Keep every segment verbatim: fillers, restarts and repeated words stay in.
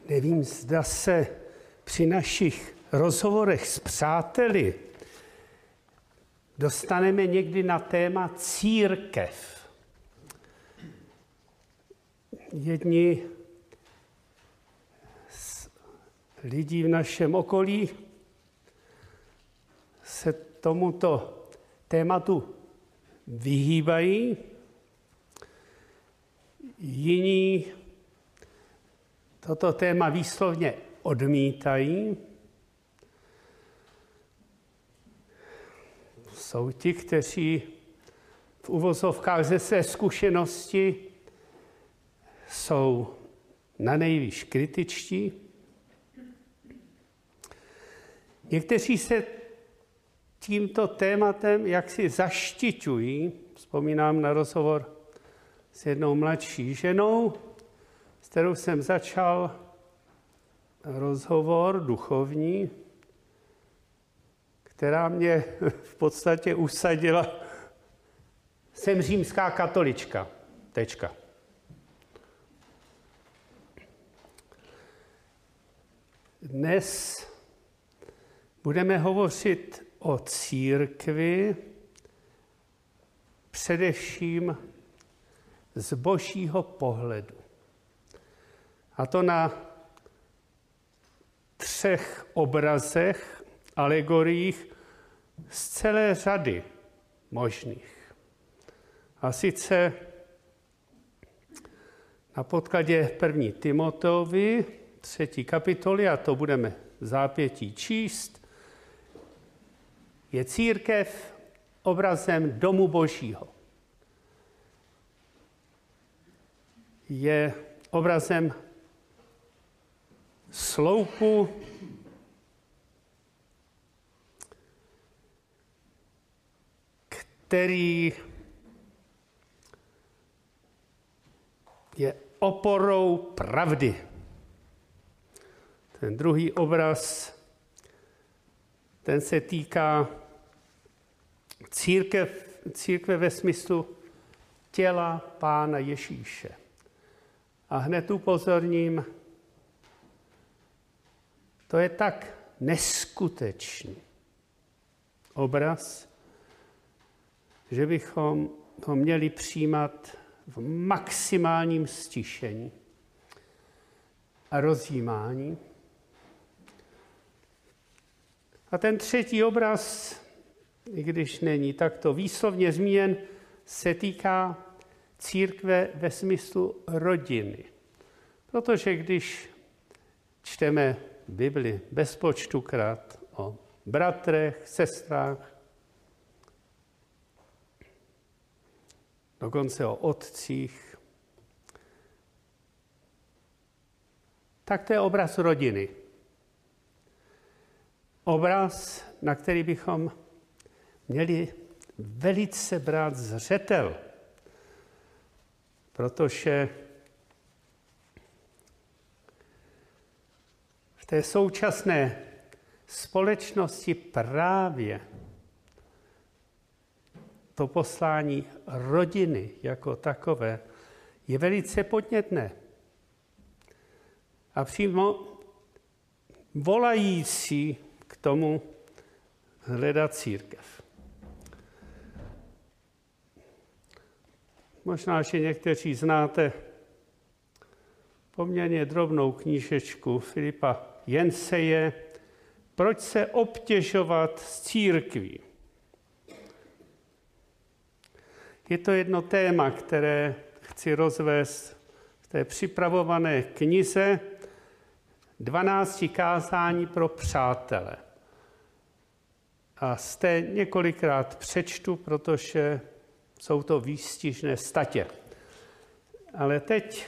Nevím, zda se při našich rozhovorech s přáteli dostaneme někdy na téma církev. Jedni z lidí v našem okolí se tomuto tématu vyhýbají, jiní toto téma výslovně odmítají. Jsou ti, kteří v uvozovkách ze své zkušenosti jsou na nejvýš kritičtí. Někteří se tímto tématem jaksi zaštiťují. Vzpomínám na rozhovor s jednou mladší ženou, s kterou jsem začal rozhovor duchovní, která mě v podstatě usadila. Jsem římská katolička. Tečka. Dnes budeme hovořit o církvi, především z božího pohledu. A to na třech obrazech, alegoriích z celé řady možných. A sice na podkladě první Timoteovi, třetí kapitoly, a to budeme v zápětí číst, je církev obrazem domu božího. Je obrazem sloupu, který je oporou pravdy. Ten druhý obraz, ten se týká církev, církve ve smyslu těla Pána Ježíše. A hned upozorním, to je tak neskutečný obraz, že bychom ho měli přijímat v maximálním stišení a rozjímání. A ten třetí obraz, i když není takto výslovně zmíněn, se týká církve ve smyslu rodiny. Protože když čteme Bibli bezpočtukrát o bratrech, sestrách, dokonce o otcích, tak to je obraz rodiny. Obraz, na který bychom měli velice brát zřetel, protože v té současné společnosti právě to poslání rodiny jako takové je velice podnětné. A přímo volající k tomu hledat církev. Možná, že někteří znáte poměrně drobnou knížečku Filipa Jenseje Proč se obtěžovat s církví? Je to jedno téma, které chci rozvést v té připravované knize dvanácti kázání pro přátele. A z té několikrát přečtu, protože jsou to výstižné statě. Ale teď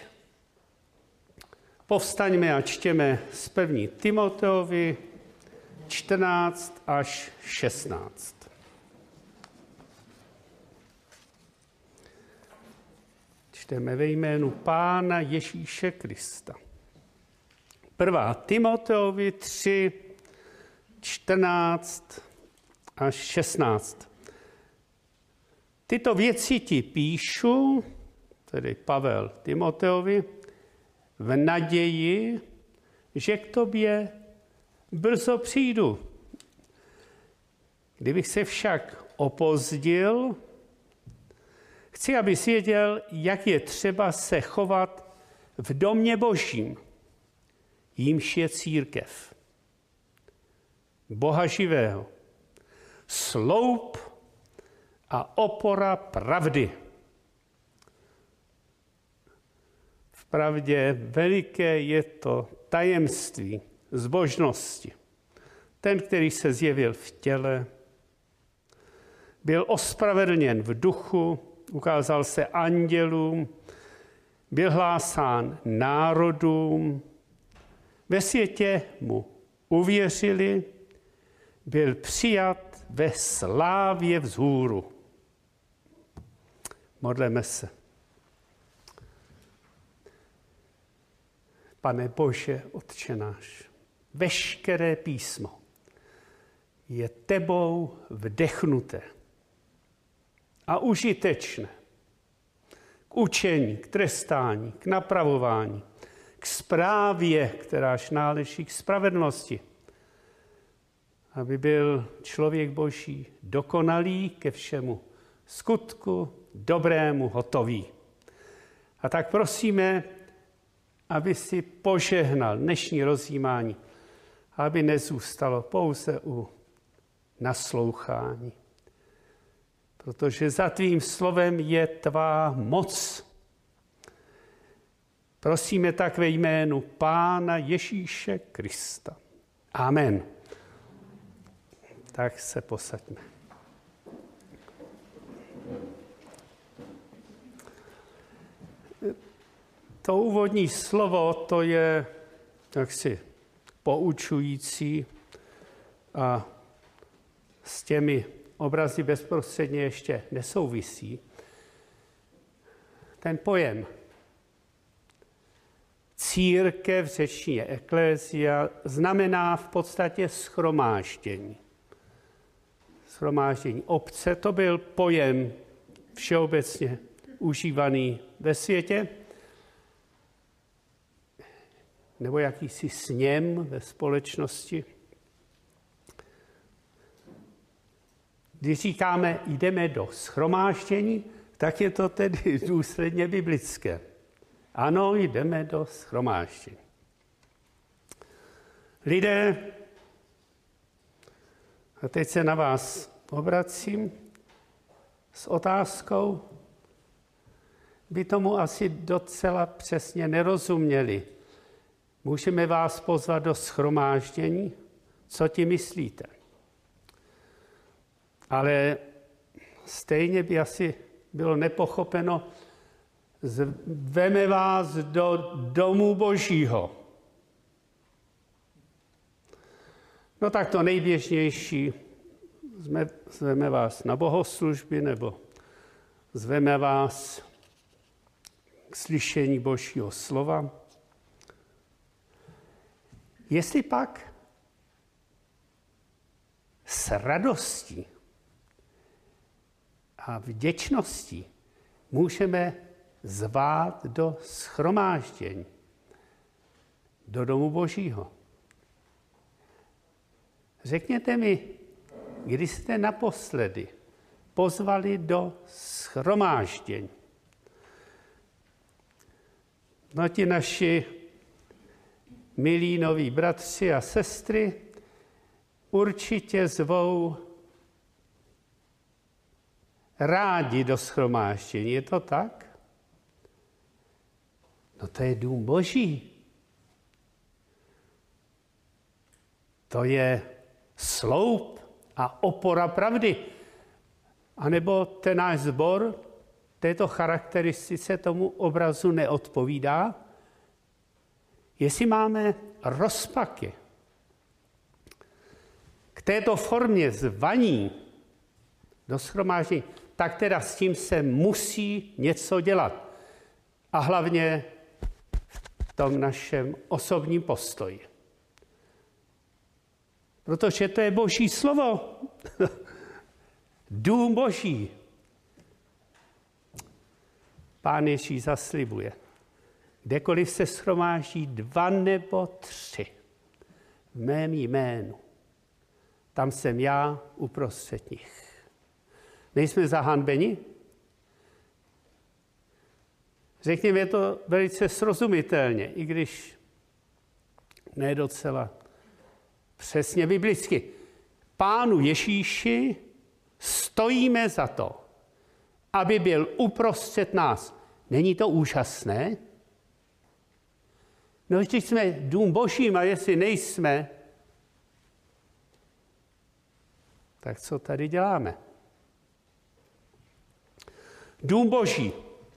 povstaňme a čtěme z první Timoteovi čtrnáct až šestnáct. Čteme ve jménu Pána Ježíše Krista. Prvá Timoteovi tři, čtrnáct až šestnáct. Tyto věci ti píšu, tedy Pavel Timoteovi, v naději, že k tobě brzo přijdu. Kdybych se však opozdil, chci, abys věděl, jak je třeba se chovat v domě Božím, jímž je církev, Boha živého, sloup a opora pravdy. Vpravdě veliké je to tajemství zbožnosti. Ten, který se zjevil v těle, byl ospravedlněn v duchu, ukázal se andělům, byl hlásán národům, ve světě mu uvěřili, byl přijat ve slávě vzhůru. Modleme se. Pane Bože, Otče náš, veškeré písmo je tebou vdechnuté a užitečné k učení, k trestání, k napravování, k správě, kteráž náleží k spravedlnosti, aby byl člověk Boží dokonalý ke všemu skutku dobrému hotový. A tak prosíme, aby si požehnal dnešní rozjímání, aby nezůstalo pouze u naslouchání. Protože za tvým slovem je tvá moc. Prosíme tak ve jménu Pána Ježíše Krista. Amen. Tak se posaďme. To úvodní slovo, to je jaksi poučující a s těmi obrazy bezprostředně ještě nesouvisí. Ten pojem církev, v řečtině eklézia, znamená v podstatě shromáždění. Shromáždění obce, to byl pojem všeobecně užívaný ve světě, nebo jakýsi sněm ve společnosti. Když říkáme, jdeme do shromáždění, tak je to tedy důsledně biblické. Ano, jdeme do shromáždění. Lidé, a teď se na vás obracím s otázkou, by tomu asi docela přesně nerozuměli. Můžeme vás pozvat do shromáždění? Co ti myslíte? Ale stejně by asi bylo nepochopeno, zveme vás do domu Božího. No tak to nejběžnější, zveme vás na bohoslužby nebo zveme vás k slyšení Božího slova. Jestli pak s radostí a vděčností můžeme zvát do shromáždění, do domu Božího. Řekněte mi, kdy jste naposledy pozvali do shromáždění. No ti naši milí noví bratři a sestry určitě zvou rádi do shromáždění. Je to tak? No to je dům Boží. To je sloup a opora pravdy. A nebo ten náš sbor této charakteristice tomu obrazu neodpovídá. Jestli máme rozpaky k této formě zvaní do shromáždění, tak teda s tím se musí něco dělat. A hlavně v tom našem osobním postoji. Protože to je Boží slovo. Dům Boží. Pán Ježíš zaslibuje. kdekoliv se shromáždí dva nebo tři v mém jménu, tam jsem já uprostřed nich. Nejsme zahanbeni? Řekněme to velice srozumitelně, i když ne docela přesně biblicky. Pánu Ježíši stojíme za to, aby byl uprostřed nás. Není to úžasné? No vždyť jsme dům Božím a jestli nejsme, tak co tady děláme? Dům Boží.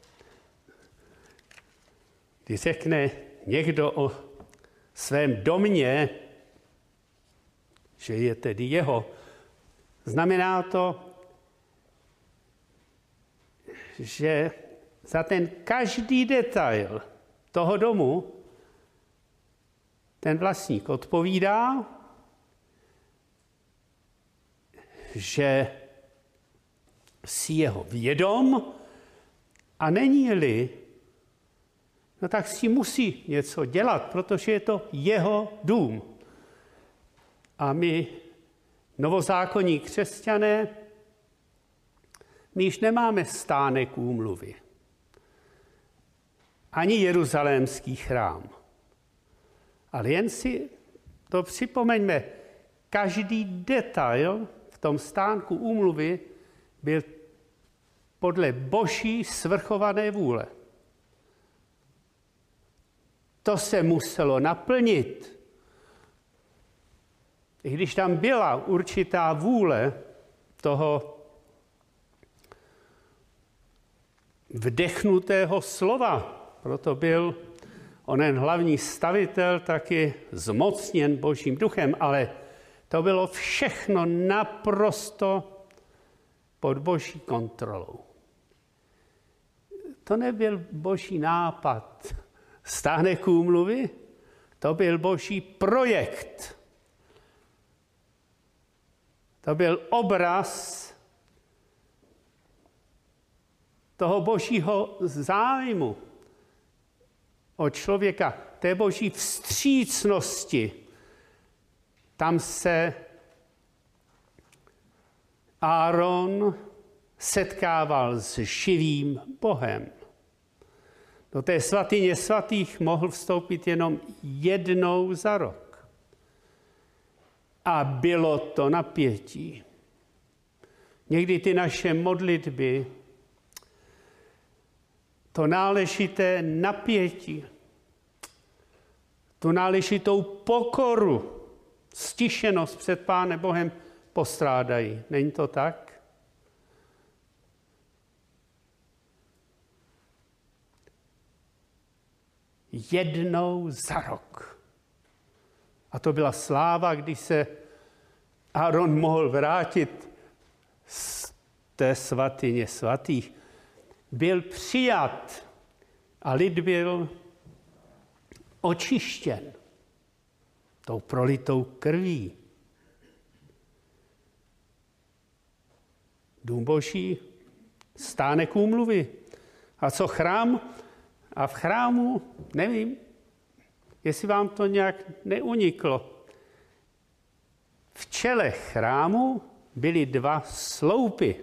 Když řekne někdo o svém domě, že je tedy jeho, znamená to, že za ten každý detail toho domu ten vlastník odpovídá, že si jeho vědom a není-li, no tak si musí něco dělat, protože je to jeho dům. A my, novozákonní křesťané, my již nemáme stánek úmluvy. Ani jeruzalémský chrám. Ale jen si to připomeňme, každý detail v tom stánku úmluvy byl podle Boží svrchované vůle. To se muselo naplnit. I když tam byla určitá vůle toho vdechnutého slova, proto byl onen hlavní stavitel taky zmocněn Božím duchem, ale to bylo všechno naprosto pod Boží kontrolou. To nebyl Boží nápad stánek úmluvy, to byl Boží projekt. To byl obraz toho Božího zájmu o člověka, té Boží vstřícnosti. Tam se Áron setkával s živým Bohem. Do té svatyně svatých mohl vstoupit jenom jednou za rok. A bylo to napětí. Někdy ty naše modlitby, to náležité napětí, tu náležitou pokoru, stišenost před Pánem Bohem postrádají. Není to tak? Jednou za rok. A to byla sláva, když se Áron mohl vrátit z té svatyně svatých. Byl přijat a lid byl očištěn tou prolitou krví. Dům Boží, stánek úmluvy. A co chrám? A v chrámu, nevím, jestli vám to nějak neuniklo. V čele chrámu byly dva sloupy.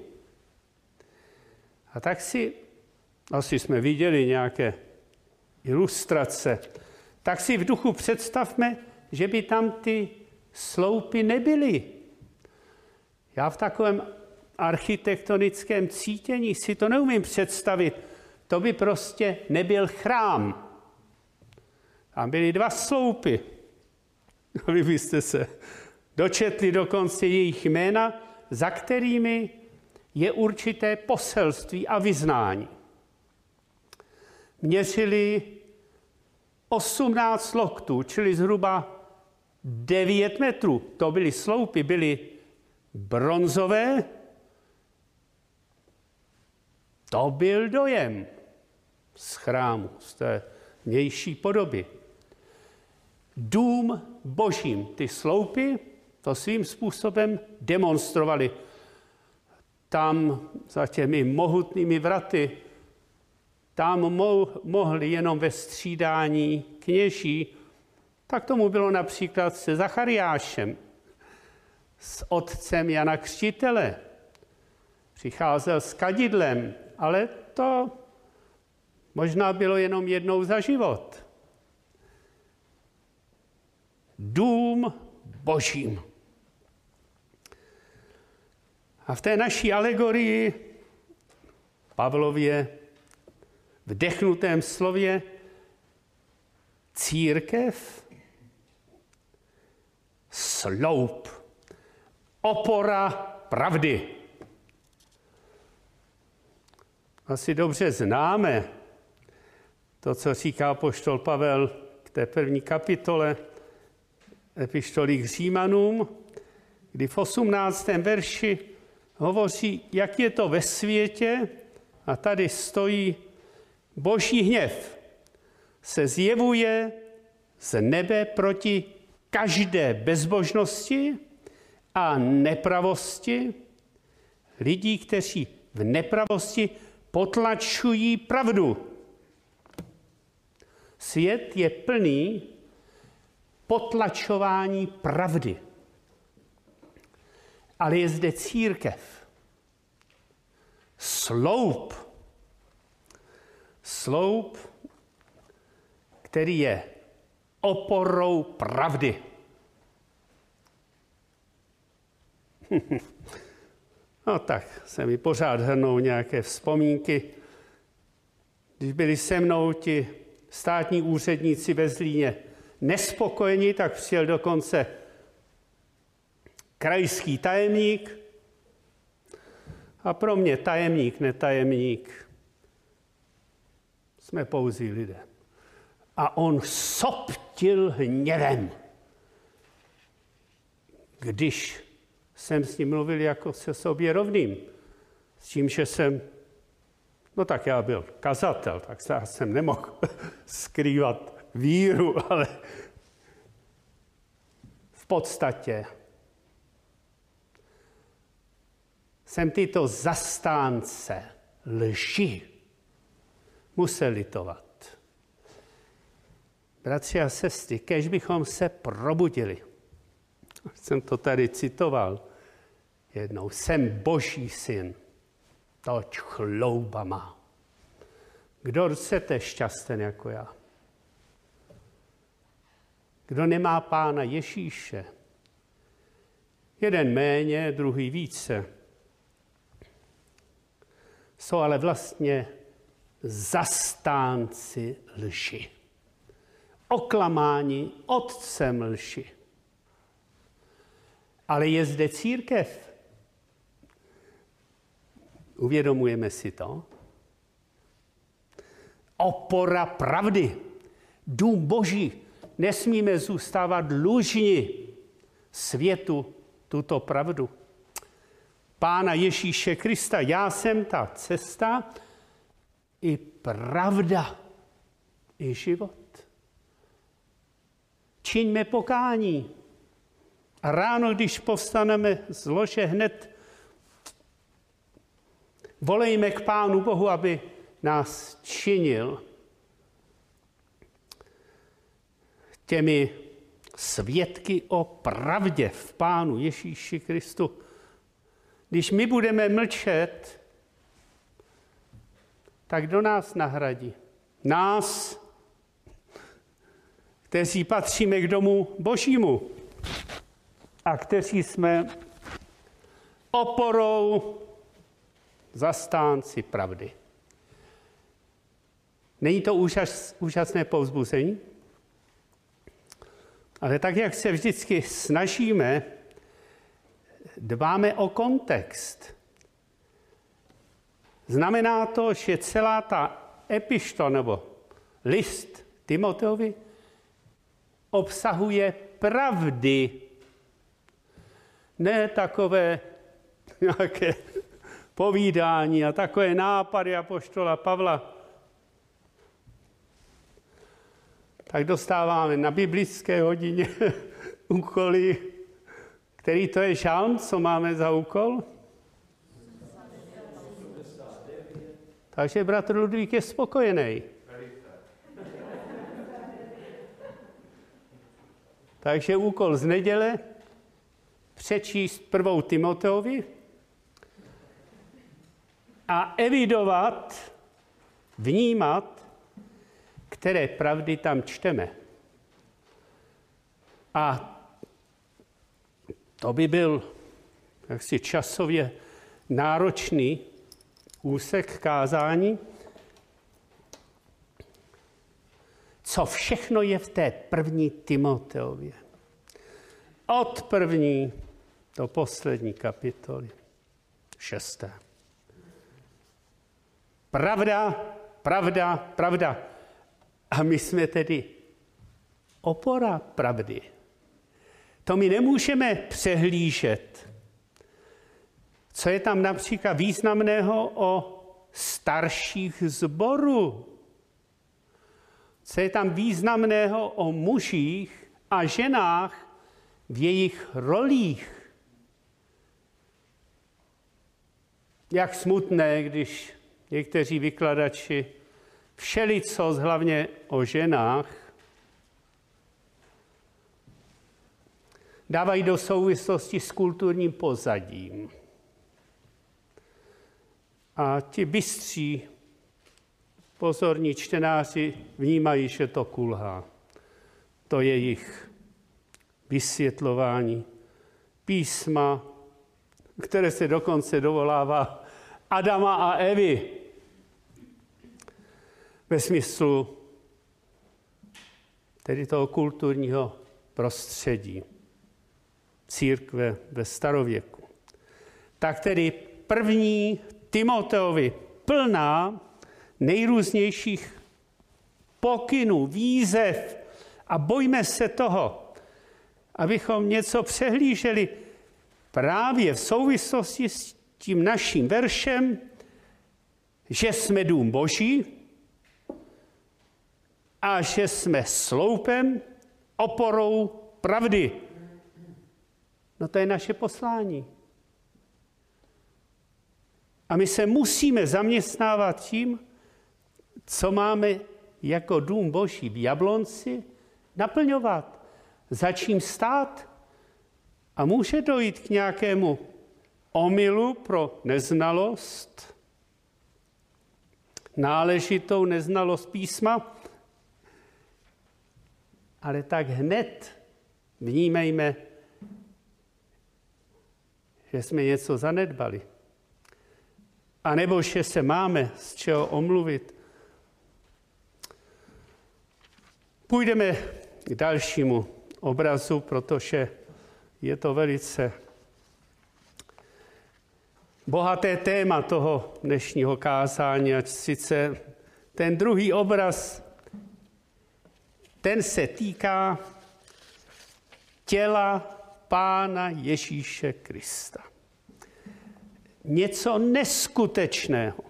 A tak si, asi jsme viděli nějaké ilustrace, tak si v duchu představme, že by tam ty sloupy nebyly. Já v takovém architektonickém cítění si to neumím představit. To by prostě nebyl chrám. Tam byly dva sloupy. Vy byste se dočetli dokonce jejich jména, za kterými je určité poselství a vyznání. Měřili osmnáct loktů, čili zhruba devět metrů. To byly sloupy, byly bronzové. To byl dojem z chrámu, z té vnější podoby. Dům Božím, ty sloupy, to svým způsobem demonstrovali. Tam za těmi mohutnými vraty tam mo- mohli jenom ve střídání kněží, tak tomu bylo například se Zachariášem, s otcem Jana Křtitele. Přicházel s kadidlem, ale to možná bylo jenom jednou za život. Dům božím. A v té naší alegorii Pavlově vdechnutém slově církev, sloup, opora pravdy. Asi dobře známe to, co říká apoštol Pavel v té první kapitole epištoly k Římanům, kdy v osmnáctém verši hovoří, jak je to ve světě, a tady stojí: boží hněv se zjevuje z nebe proti každé bezbožnosti a nepravosti lidí, kteří v nepravosti potlačují pravdu. Svět je plný potlačování pravdy. Ale je zde církev. Sloup. Sloup, který je oporou pravdy. No tak se mi pořád hrnou nějaké vzpomínky. Když byli se mnou ti státní úředníci ve Zlíně nespokojeni, tak přijel dokonce krajský tajemník. A pro mě tajemník, netajemník, jsme pouzí lidé. A on soptil hněvem, když jsem s ním mluvil jako se sobě rovným. S tím, že jsem, no tak já byl kazatel, tak já jsem nemohl skrývat víru, ale v podstatě jsem tyto zastánce lži musel litovat. Bratři a sestry, kéž bychom se probudili. Jsem to tady citoval jednou. Jsem boží syn, toť chlouba má. Kdo chcete šťasten jako já? Kdo nemá Pána Ježíše? Jeden méně, druhý více. Jsou ale vlastně zastánci lži. Oklamáni otcem lži. Ale je zde církev. Uvědomujeme si to? Opora pravdy. Dům boží. Nesmíme zůstávat dlužni světu tuto pravdu. Pána Ježíše Krista, já jsem ta cesta i pravda i život. Čiňme pokání. A ráno, když povstaneme z lože, hned volejme k Pánu Bohu, aby nás činil těmi svědky o pravdě v Pánu Ježíši Kristu. Když my budeme mlčet, tak kdo nás nahradí? Nás, kteří patříme k domu Božímu a kteří jsme oporou zastánci pravdy. Není to úžas, úžasné povzbuzení? Ale tak, jak se vždycky snažíme, dbáme o kontext. Znamená to, že celá ta epištola nebo list Timoteovi obsahuje pravdy, ne takové nějaké povídání a takové nápady apoštola Pavla. Tak dostáváme na biblické hodině úkoly. Který to je žalm, co máme za úkol? Takže bratr Ludvík je spokojený. Takže úkol z neděle přečíst prvou Timoteovi a evidovat, vnímat, které pravdy tam čteme. A to by byl jaksi časově náročný úsek kázání. Co všechno je v té první Timoteově. Od první do poslední kapitoly. Šesté. Pravda, pravda, pravda. A my jsme tedy opora pravdy. To my nemůžeme přehlížet. Co je tam například významného o starších sborů? Co je tam významného o mužích a ženách v jejich rolích? Jak smutné, když někteří vykladači všelicos, hlavně o ženách, dávají do souvislosti s kulturním pozadím. A ti bystří, pozorní čtenáři vnímají, že to kulhá. To je jejich vysvětlování písma, které se dokonce dovolává Adama a Evy. Ve smyslu tedy toho kulturního prostředí církve ve starověku. Tak tedy první Timoteovi plná nejrůznějších pokynů, výzev a bojme se toho, abychom něco přehlíželi právě v souvislosti s tím naším veršem, že jsme dům Boží a že jsme sloupem, oporou pravdy. No to je naše poslání. A my se musíme zaměstnávat tím, co máme jako dům Boží v Jablonci naplňovat. Za čím stát? A může dojít k nějakému omylu pro neznalost, náležitou neznalost písma, ale tak hned vnímejme, že jsme něco zanedbali. A nebo že se máme z čeho omluvit. Půjdeme k dalšímu obrazu, protože je to velice bohaté téma toho dnešního kázání, ať sice ten druhý obraz, ten se týká těla Pána Ježíše Krista. Něco neskutečného.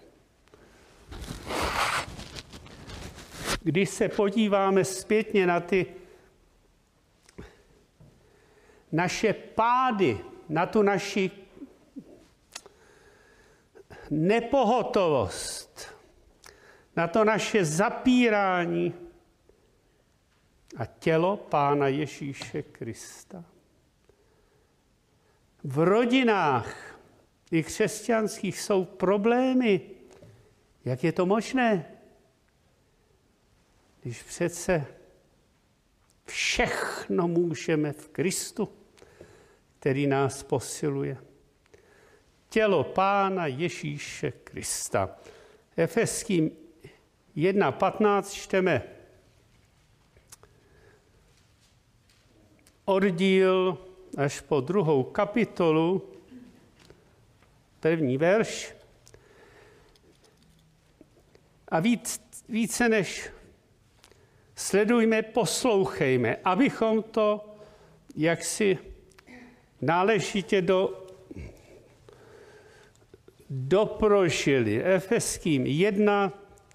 Když se podíváme zpětně na ty naše pády, na tu naši nepohotovost, na to naše zapírání a tělo Pána Ježíše Krista. V rodinách i křesťanských jsou problémy. Jak je to možné? Když přece všechno můžeme v Kristu, který nás posiluje. Tělo Pána Ježíše Krista. Efeským jedna patnáct čteme oddíl až po druhou kapitolu, první verš. A víc, více než sledujme, poslouchejme, abychom to jaksi náležitě do, doprožili. Efeským jedna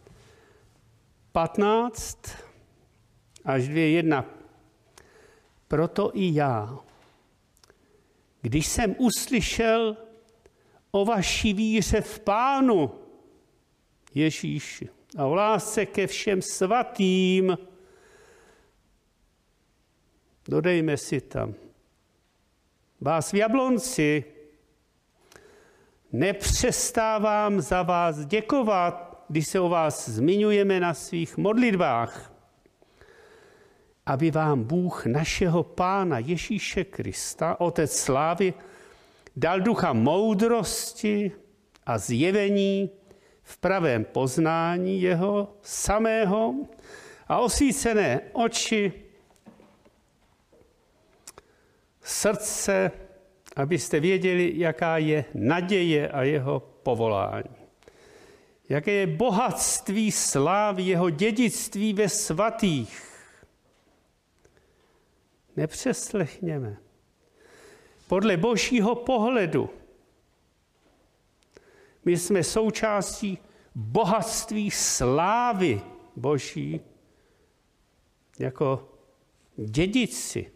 patnáct až dva jedna. Proto i já, když jsem uslyšel o vaší víře v Pánu Ježíši a o lásce ke všem svatým. Dodejme si tam. Vás v Jablonci nepřestávám za vás děkovat, když se o vás zmiňujeme na svých modlitbách, aby vám Bůh našeho Pána Ježíše Krista, Otec slávy, dal ducha moudrosti a zjevení v pravém poznání jeho samého a osvícené oči, srdce, abyste věděli, jaká je naděje a jeho povolání. Jaké je bohatství slávy, jeho dědictví ve svatých. Nepřeslechněme. Podle božího pohledu my jsme součástí bohatství slávy boží jako dědici.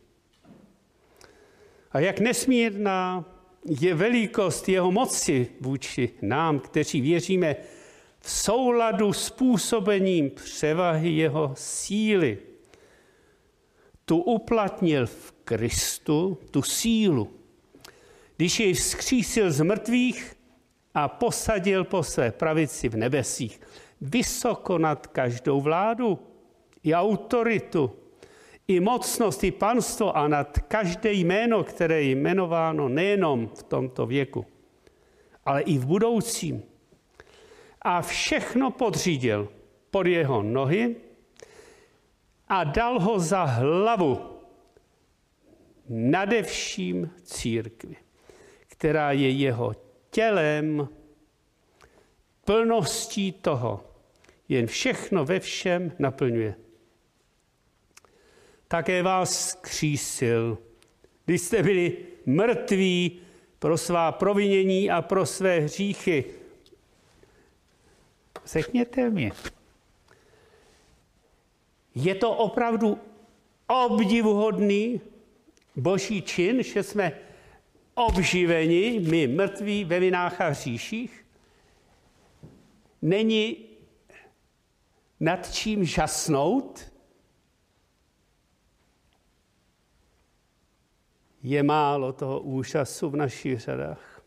A jak nesmírná je velikost jeho moci vůči nám, kteří věříme v souladu s působením převahy jeho síly. Tu uplatnil v Kristu, tu sílu, když jej vzkřísil z mrtvých a posadil po své pravici v nebesích, vysoko nad každou vládu i autoritu, i mocnost, i panstvo a nad každé jméno, které je jmenováno nejenom v tomto věku, ale i v budoucím. A všechno podřídil pod jeho nohy a dal ho za hlavu nade vším církvi, která je jeho tělem, plností toho, jen všechno ve všem naplňuje. Také vás vzkřísil, když jste byli mrtví pro svá provinění a pro své hříchy. Řekněte mi, je to opravdu obdivuhodný boží čin, že jsme obživeni, my mrtví ve vinách a hříších? Není nad čím žasnout? Je málo toho úžasu v našich řadách.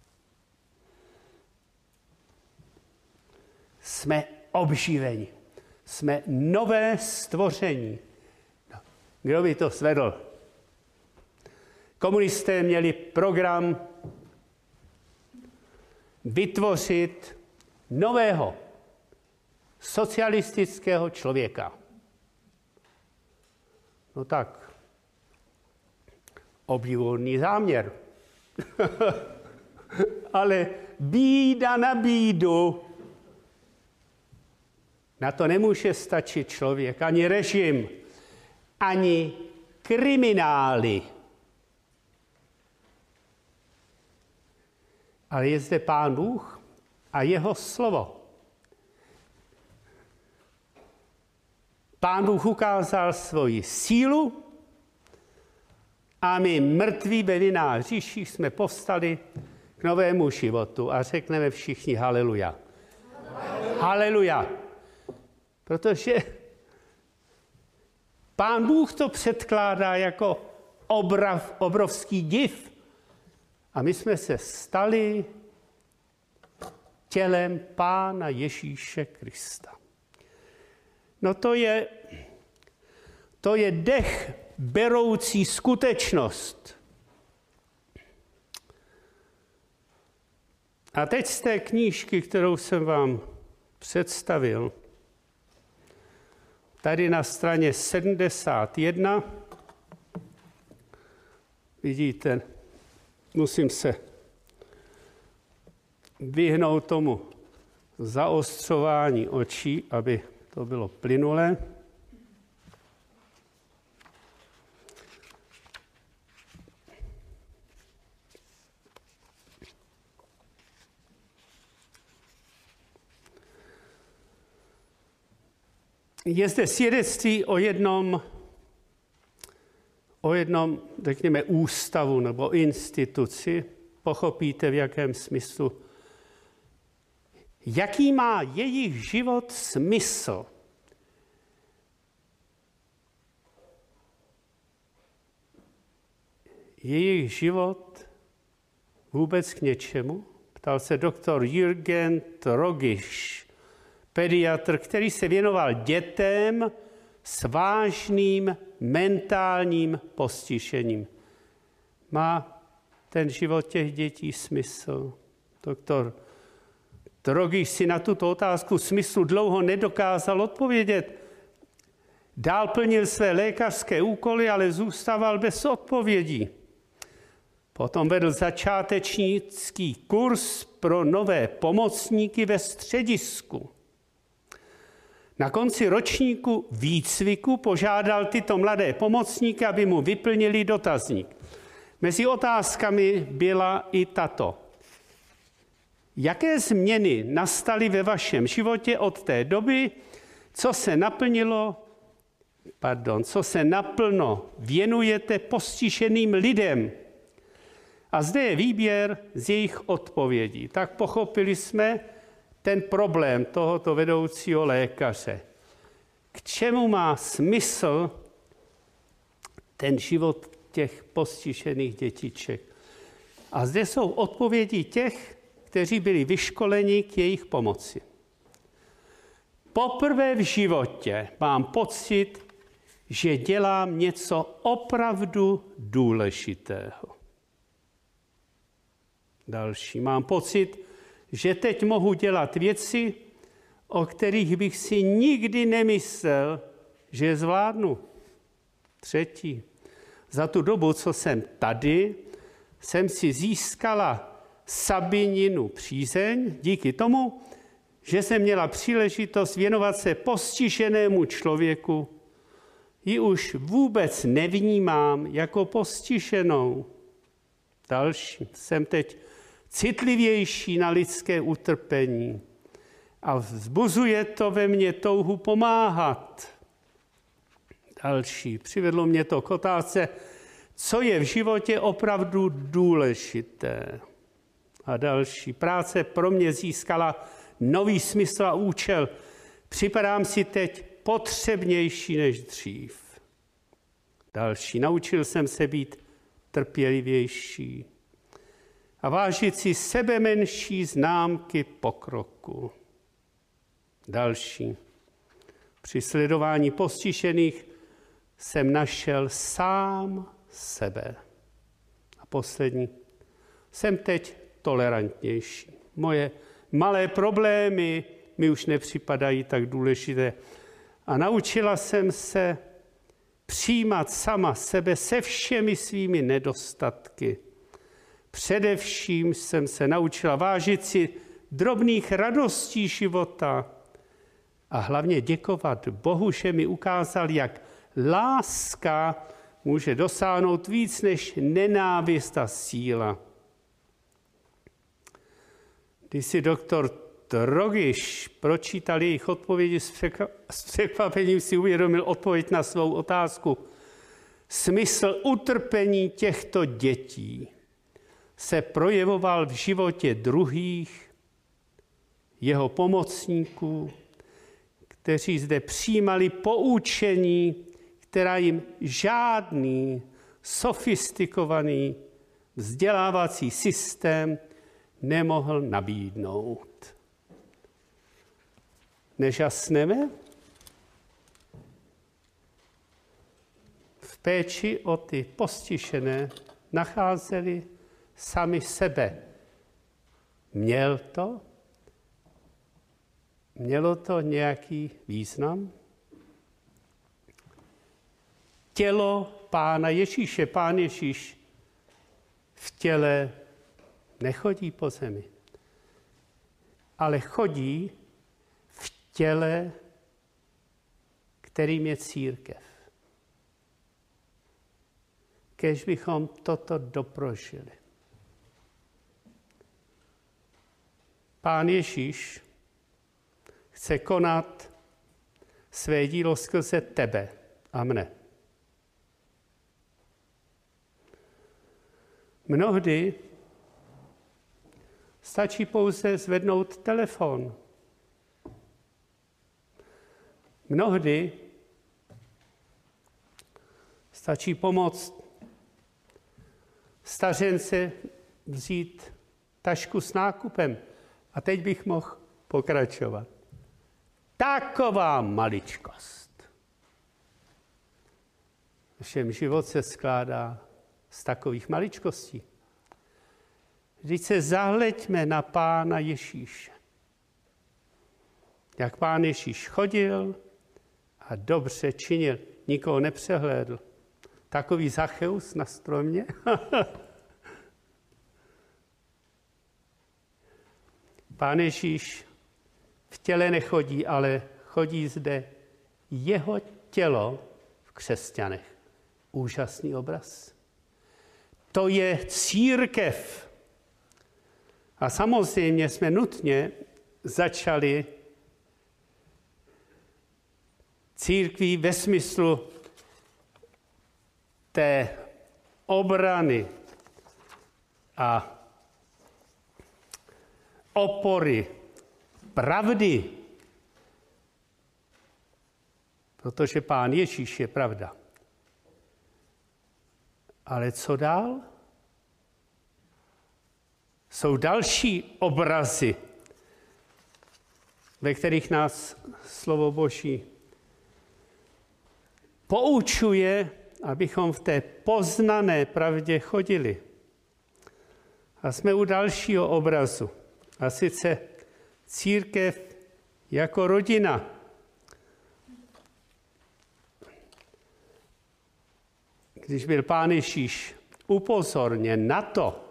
Jsme obživeni. Jsme nové stvoření. Kdo by to svedl? Komunisté měli program vytvořit nového socialistického člověka. No tak, obdivuhodný záměr. Ale bída na bídu. Na to nemůže stačit člověk, ani režim, ani kriminály. Ale je zde Pán Bůh a jeho slovo. Pán Bůh ukázal svoji sílu a my mrtví ve vinách hříších jsme povstali k novému životu a řekneme všichni haleluja. Haleluja. Haleluja. Protože Pán Bůh to předkládá jako obrav, obrovský div. A my jsme se stali tělem Pána Ježíše Krista. No to je, to je dech beroucí skutečnost. A teď z té knížky, kterou jsem vám představil, tady na straně sedmdesát jedna, vidíte, musím se vyhnout tomu zaostřování očí, aby to bylo plynulé. Je zde svědectví o jednom, o jednom, řekněme, ústavu nebo instituci. Pochopíte, v jakém smyslu Jaký má jejich život smysl? Jejich život vůbec k něčemu? Ptal se doktor Jürgen Trogiš, pediatr, který se věnoval dětem s vážným mentálním postižením. Má ten život těch dětí smysl? Doktor Trogiš si na tuto otázku smyslu dlouho nedokázal odpovědět. Dál plnil své lékařské úkoly, ale zůstával bez odpovědí. Potom vedl začátečnický kurz pro nové pomocníky ve středisku. Na konci ročníku výcviku požádal tyto mladé pomocníky, aby mu vyplnili dotazník. Mezi otázkami byla i tato. Jaké změny nastaly ve vašem životě od té doby, co se naplnilo, pardon, co se naplno věnujete postiženým lidem? A zde je výběr z jejich odpovědí. Tak pochopili jsme ten problém tohoto vedoucího lékaře. K čemu má smysl ten život těch postižených dětiček? A zde jsou odpovědi těch, kteří byli vyškoleni k jejich pomoci. Poprvé v životě mám pocit, že dělám něco opravdu důležitého. Další. Mám pocit, že teď mohu dělat věci, o kterých bych si nikdy nemyslel, že je zvládnu. Třetí. Za tu dobu, co jsem tady, jsem si získala Sabininu přízeň díky tomu, že jsem měla příležitost věnovat se postiženému člověku. Ji už vůbec nevnímám jako postiženou. Další. Jsem teď citlivější na lidské utrpení a vzbuzuje to ve mně touhu pomáhat. Další. Přivedlo mě to k otázce, co je v životě opravdu důležité. A další. Práce pro mě získala nový smysl a účel. Připadám si teď potřebnější než dřív. Další. Naučil jsem se být trpělivější a vážit si sebemenší známky pokroku. Další. Při sledování postižených jsem našel sám sebe. A poslední. Jsem teď tolerantnější. Moje malé problémy mi už nepřipadají tak důležité. A naučila jsem se přijímat sama sebe se všemi svými nedostatky. Především jsem se naučila vážit si drobných radostí života a hlavně děkovat Bohu, že mi ukázal, jak láska může dosáhnout víc než nenávist a síla. Když si doktor Trogiš pročítal jejich odpovědi, s překvapením si uvědomil odpověď na svou otázku. Smysl utrpení těchto dětí se projevoval v životě druhých, jeho pomocníků, kteří zde přijímali poučení, která jim žádný sofistikovaný vzdělávací systém nemohl nabídnout. Nežasneme? V péči o ty postižené nacházeli sami sebe. Měl to? Mělo to nějaký význam? Tělo Pána Ježíše, Pán Ježíš v těle nechodí po zemi, ale chodí v těle, kterým je církev. Kéž bychom toto doprožili. Pán Ježíš chce konat své dílo skrze tebe a mne. Mnohdy Stačí pouze zvednout telefon. Mnohdy stačí pomoct stařence vzít tašku s nákupem. A teď bych mohl pokračovat. Taková maličkost. Všem život se skládá z takových maličkostí. Vždyť se zahleďme na Pána Ježíše. Jak Pán Ježíš chodil a dobře činil, nikoho nepřehlédl. Takový Zacheus na stromě. Pán Ježíš v těle nechodí, ale chodí zde jeho tělo v křesťanech. Úžasný obraz. To je církev. A samozřejmě jsme nutně začali církví ve smyslu té obrany a opory pravdy, protože Pán Ježíš je pravda. Ale co dál? Jsou další obrazy, ve kterých nás slovo Boží poučuje, abychom v té poznané pravdě chodili. A jsme u dalšího obrazu. A sice církev jako rodina. Když byl Pán Ježíš upozorněn na to,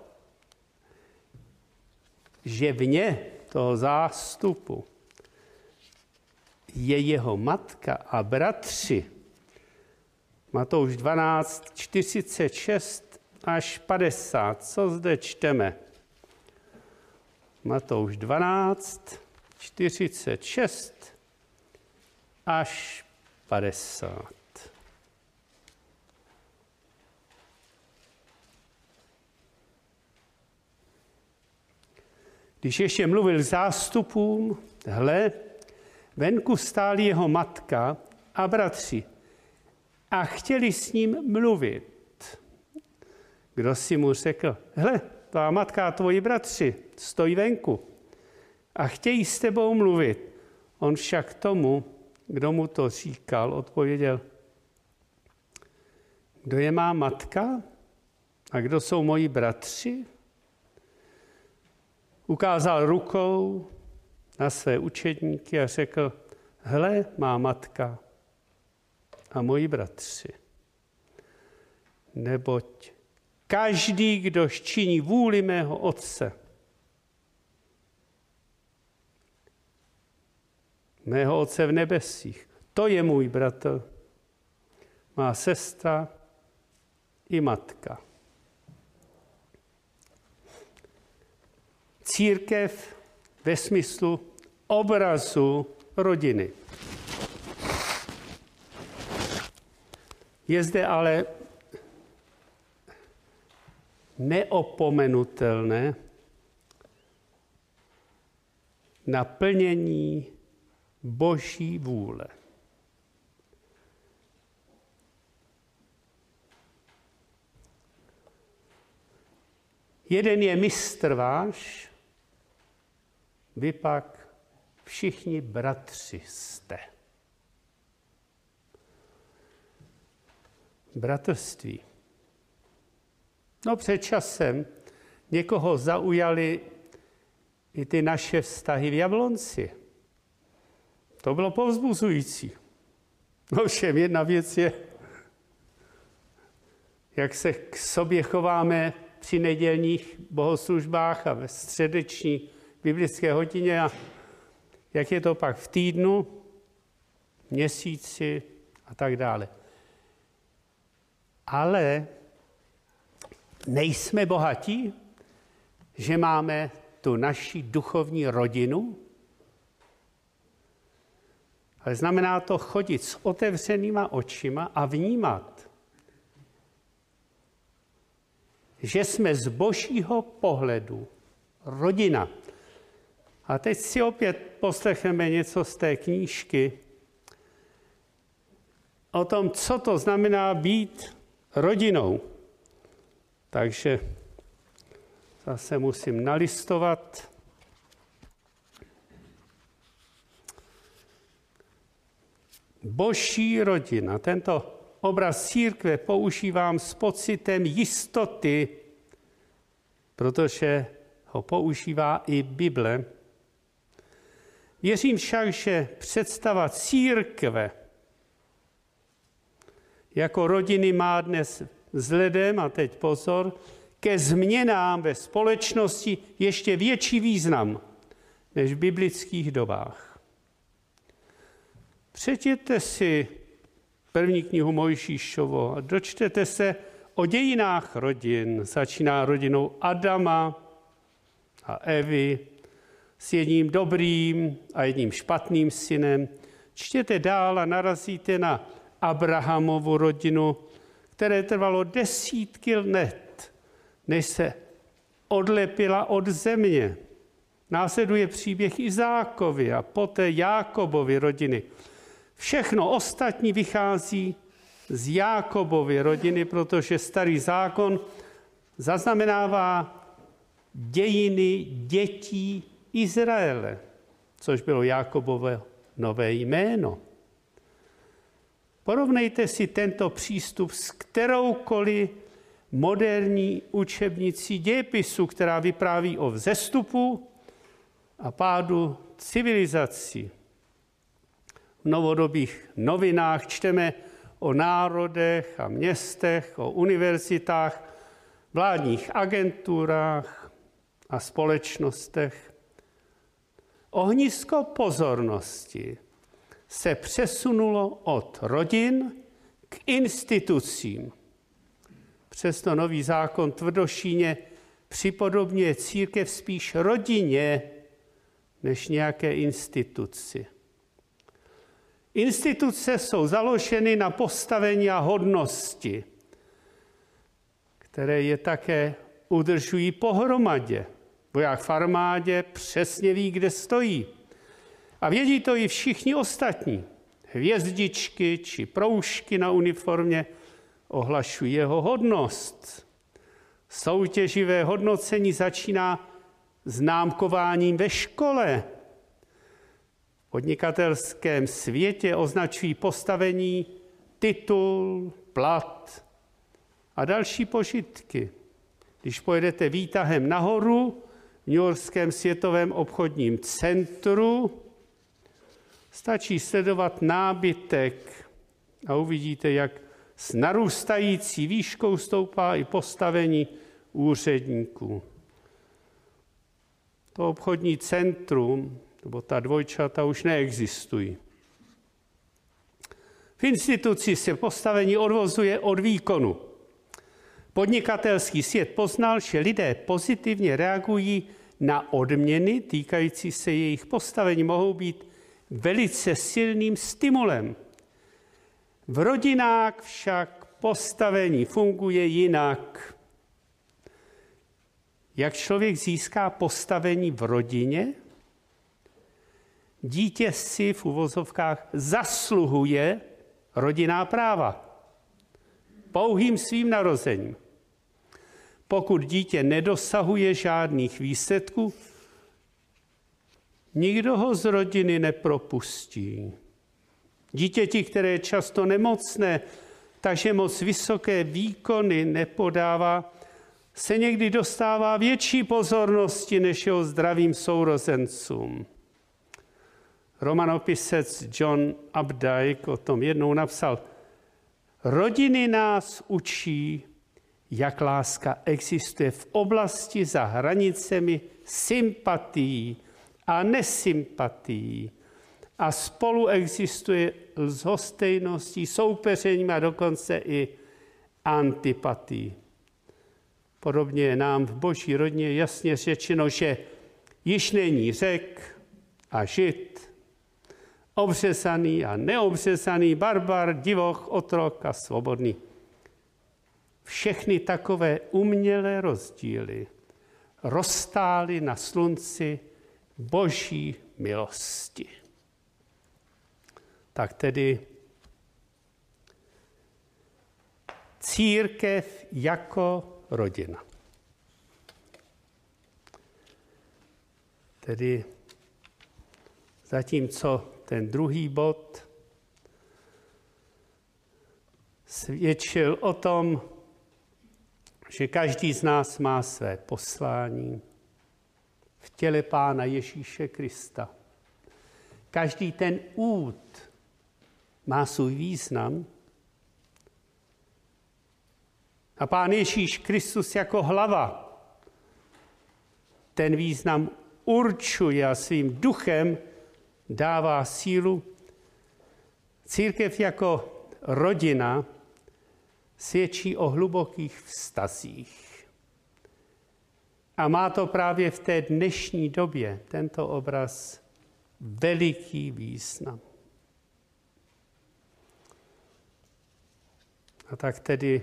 že vně toho zástupu je jeho matka a bratři, Matouš dvanáct, čtyřicet šest až padesát. Co zde čteme? Matouš dvanáct, čtyřicet šest až padesát. Když ještě mluvil zástupům, hle, venku stáli jeho matka a bratři a chtěli s ním mluvit. Kdo si mu řekl, hle, tvá matka a tvoji bratři stojí venku a chtějí s tebou mluvit. On však tomu, kdo mu to říkal, odpověděl, kdo je má matka a kdo jsou moji bratři? Ukázal rukou na své učedníky a řekl, hle, má matka a moji bratři. Neboť každý, kdo činí vůli mého Otce, mého Otce v nebesích, to je můj bratr, má sestra i matka. Církev ve smyslu obrazu rodiny. Je zde ale neopomenutelné naplnění Boží vůle. Jeden je mistr váš, vy pak všichni bratři jste. Bratrství. No před časem někoho zaujaly i ty naše vztahy v Jablonci. To bylo povzbuzující. No všem jedna věc je, jak se k sobě chováme při nedělních bohoslužbách a ve středeční biblické hodině a jak je to pak v týdnu, měsíci a tak dále. Ale nejsme bohatí, že máme tu naši duchovní rodinu, ale znamená to chodit s otevřenýma očima a vnímat, že jsme z Božího pohledu rodina. A teď si opět poslechneme něco z té knížky o tom, co to znamená být rodinou. Takže zase musím nalistovat. Boží rodina. Tento obraz církve používám s pocitem jistoty, protože ho používá i Bible. Věřím však, že představa církve jako rodiny má dnes vzhledem, a teď pozor, ke změnám ve společnosti ještě větší význam než v biblických dobách. Přečtěte si první knihu Mojžíšovu a dočtete se o dějinách rodin. Začíná rodinou Adama a Evy s jedním dobrým a jedním špatným synem. Čtěte dál a narazíte na Abrahamovu rodinu, které trvalo desítky let, než se odlepila od země. Následuje příběh Izákovy a poté Jákobovy rodiny. Všechno ostatní vychází z Jákobovy rodiny, protože Starý zákon zaznamenává dějiny dětí Izraele, což bylo Jákobovo nové jméno. Porovnejte si tento přístup s kteroukoliv moderní učebnicí dějepisu, která vypráví o vzestupu a pádu civilizací. V novodobých novinách čteme o národech a městech, o univerzitách, vládních agenturách a společnostech. Ohnisko pozornosti se přesunulo od rodin k institucím. Přesto Nový zákon tvrdošíně připodobňuje církev spíš rodině než nějaké instituci. Instituce jsou založeny na postavení a hodnosti, které je také udržují pohromadě. Voják v armádě přesně ví, kde stojí. A vědí to i všichni ostatní. Hvězdičky či proužky na uniformě ohlašují jeho hodnost. Soutěživé hodnocení začíná známkováním ve škole. V podnikatelském světě označují postavení, titul, plat a další požitky. Když pojedete výtahem nahoru v Newyorském světovém obchodním centru, stačí sledovat nábytek a uvidíte, jak s narůstající výškou stoupá i postavení úředníků. To obchodní centrum, nebo ta dvojčata už neexistují. V instituci se postavení odvozuje od výkonu. Podnikatelský svět poznal, že lidé pozitivně reagují na odměny týkající se jejich postavení, mohou být velice silným stimulem. V rodinách však postavení funguje jinak. Jak člověk získá postavení v rodině? Dítě si v uvozovkách zasluhuje rodinná práva pouhým svým narozením. Pokud dítě nedosahuje žádných výsledků, nikdo ho z rodiny nepropustí. Dítěti, které je často nemocné, takže moc vysoké výkony nepodává, se někdy dostává větší pozornosti než jeho zdravým sourozencům. Romanopisec John Updike o tom jednou napsal: rodiny nás učí, jak láska existuje v oblasti za hranicemi sympatií a nesympatií a spolu existuje lhostejností, soupeřením a dokonce i antipatií. Podobně je nám v boží rodině jasně řečeno, že již není Řek a Žid, obřezaný a neobřezaný, barbar, divoch, otrok a svobodný. Všechny takové umělé rozdíly roztály na slunci Boží milosti. Tak tedy církev jako rodina. Tedy zatímco ten druhý bod svědčil o tom, že každý z nás má své poslání v těle Pána Ježíše Krista. Každý ten út má svůj význam. A Pán Ježíš Kristus jako hlava ten význam určuje a svým duchem dává sílu. Církev jako rodina svědčí o hlubokých vztazích. A má to právě v té dnešní době, tento obraz, veliký význam. A tak tedy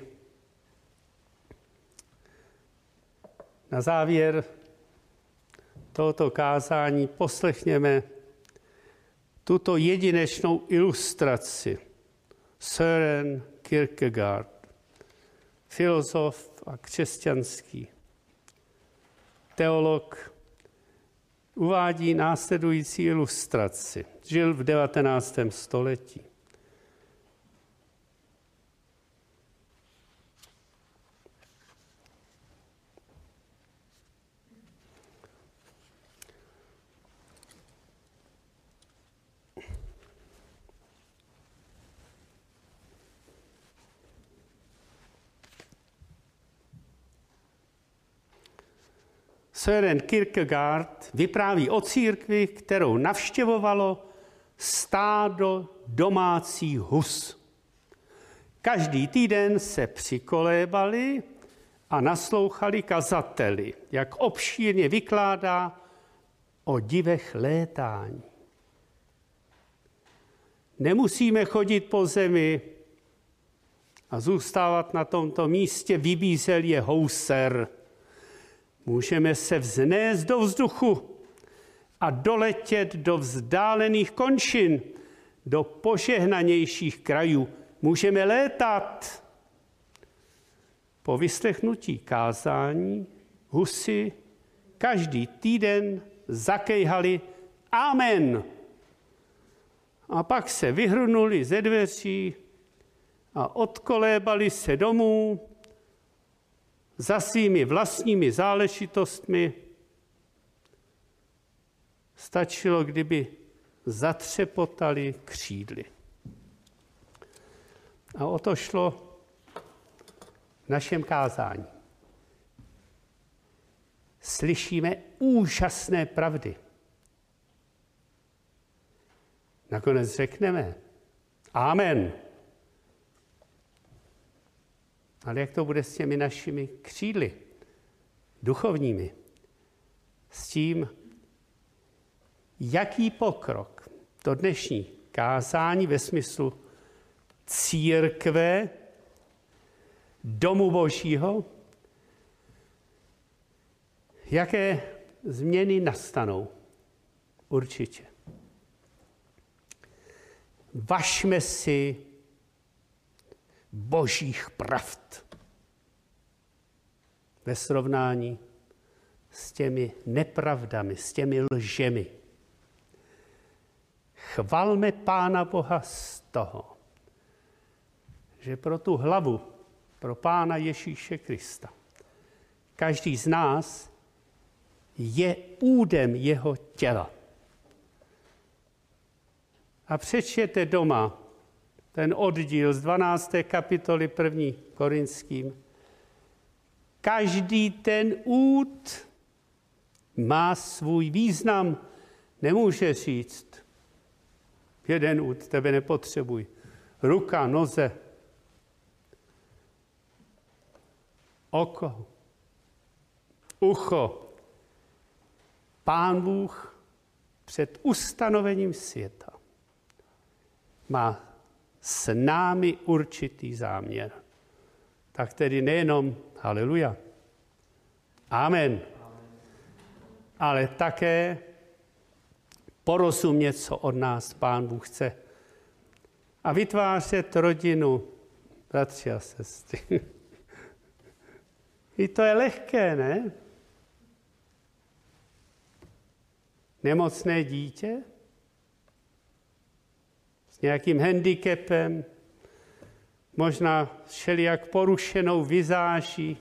na závěr tohoto kázání poslechněme tuto jedinečnou ilustraci. Søren Kierkegaard, filozof a křesťanský teolog, uvádí následující ilustraci. Žil v devatenáctém století. Søren Kierkegaard vypráví o církvi, kterou navštěvovalo stádo domácích hus. Každý týden se přikolébali a naslouchali kazateli, jak obšírně vykládá o divech létání. Nemusíme chodit po zemi a zůstávat na tomto místě, vybízel je Houser. Můžeme se vznést do vzduchu a doletět do vzdálených končin, do požehnanějších krajů. Můžeme létat. Po vyslechnutí kázání husy každý týden zakejhali amen. A pak se vyhrnuli ze dveří a odkolébali se domů za svými vlastními záležitostmi. Stačilo, kdyby zatřepotali křídly. A o to šlo v našem kázání. Slyšíme úžasné pravdy. Nakonec řekneme amen. Ale jak to bude s těmi našimi křídly duchovními? S tím, jaký pokrok to dnešní kázání ve smyslu církve, domu Božího, jaké změny nastanou? Určitě. Važme si božích pravd ve srovnání s těmi nepravdami, s těmi lžemi. Chvalme Pána Boha z toho, že pro tu hlavu, pro Pána Ježíše Krista, každý z nás je údem jeho těla. A přečtěte doma ten oddíl z dvanácté kapitoly první Korinským. Každý ten úd má svůj význam. Nemůže říct, jeden úd tebe nepotřebuj. Ruka, noze, oko, ucho. Pán Bůh před ustanovením světa má s námi určitý záměr. Tak tedy nejenom haleluja. Amen. Amen. ale také porozumět, co od nás Pán Bůh chce. A vytvářet rodinu, bratři a sestry. I to je lehké, ne? Nemocné dítě s nějakým handicapem, možná všelijak porušenou vizáží.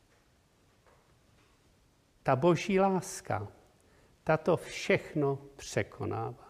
Ta boží láska, ta to všechno překonává.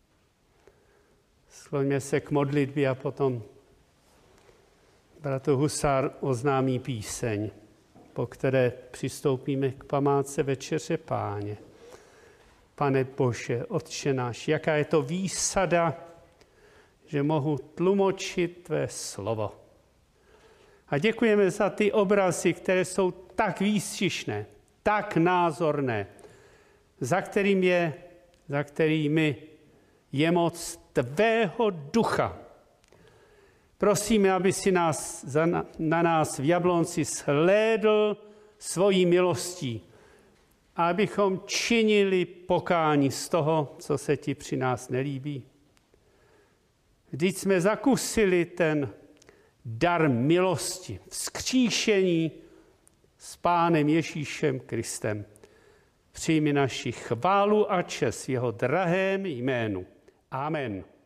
Skloňme se k modlitbě a potom bratr Husár oznámí píseň, po které přistoupíme k památce Večeře Páně. Pane Bože, Otče náš, jaká je to výsada, že mohu tlumočit tvé slovo. A děkujeme za ty obrazy, které jsou tak výstižné, tak názorné, za kterým je, za kterými je moc tvého ducha. Prosíme, aby si nás, na nás v Jablonci shlédl svojí milostí a abychom činili pokání z toho, co se ti při nás nelíbí. Vždyť jsme zakusili ten dar milosti, vzkříšení s Pánem Ježíšem Kristem. Přijmi naši chválu a čest v jeho drahém jménu. Amen.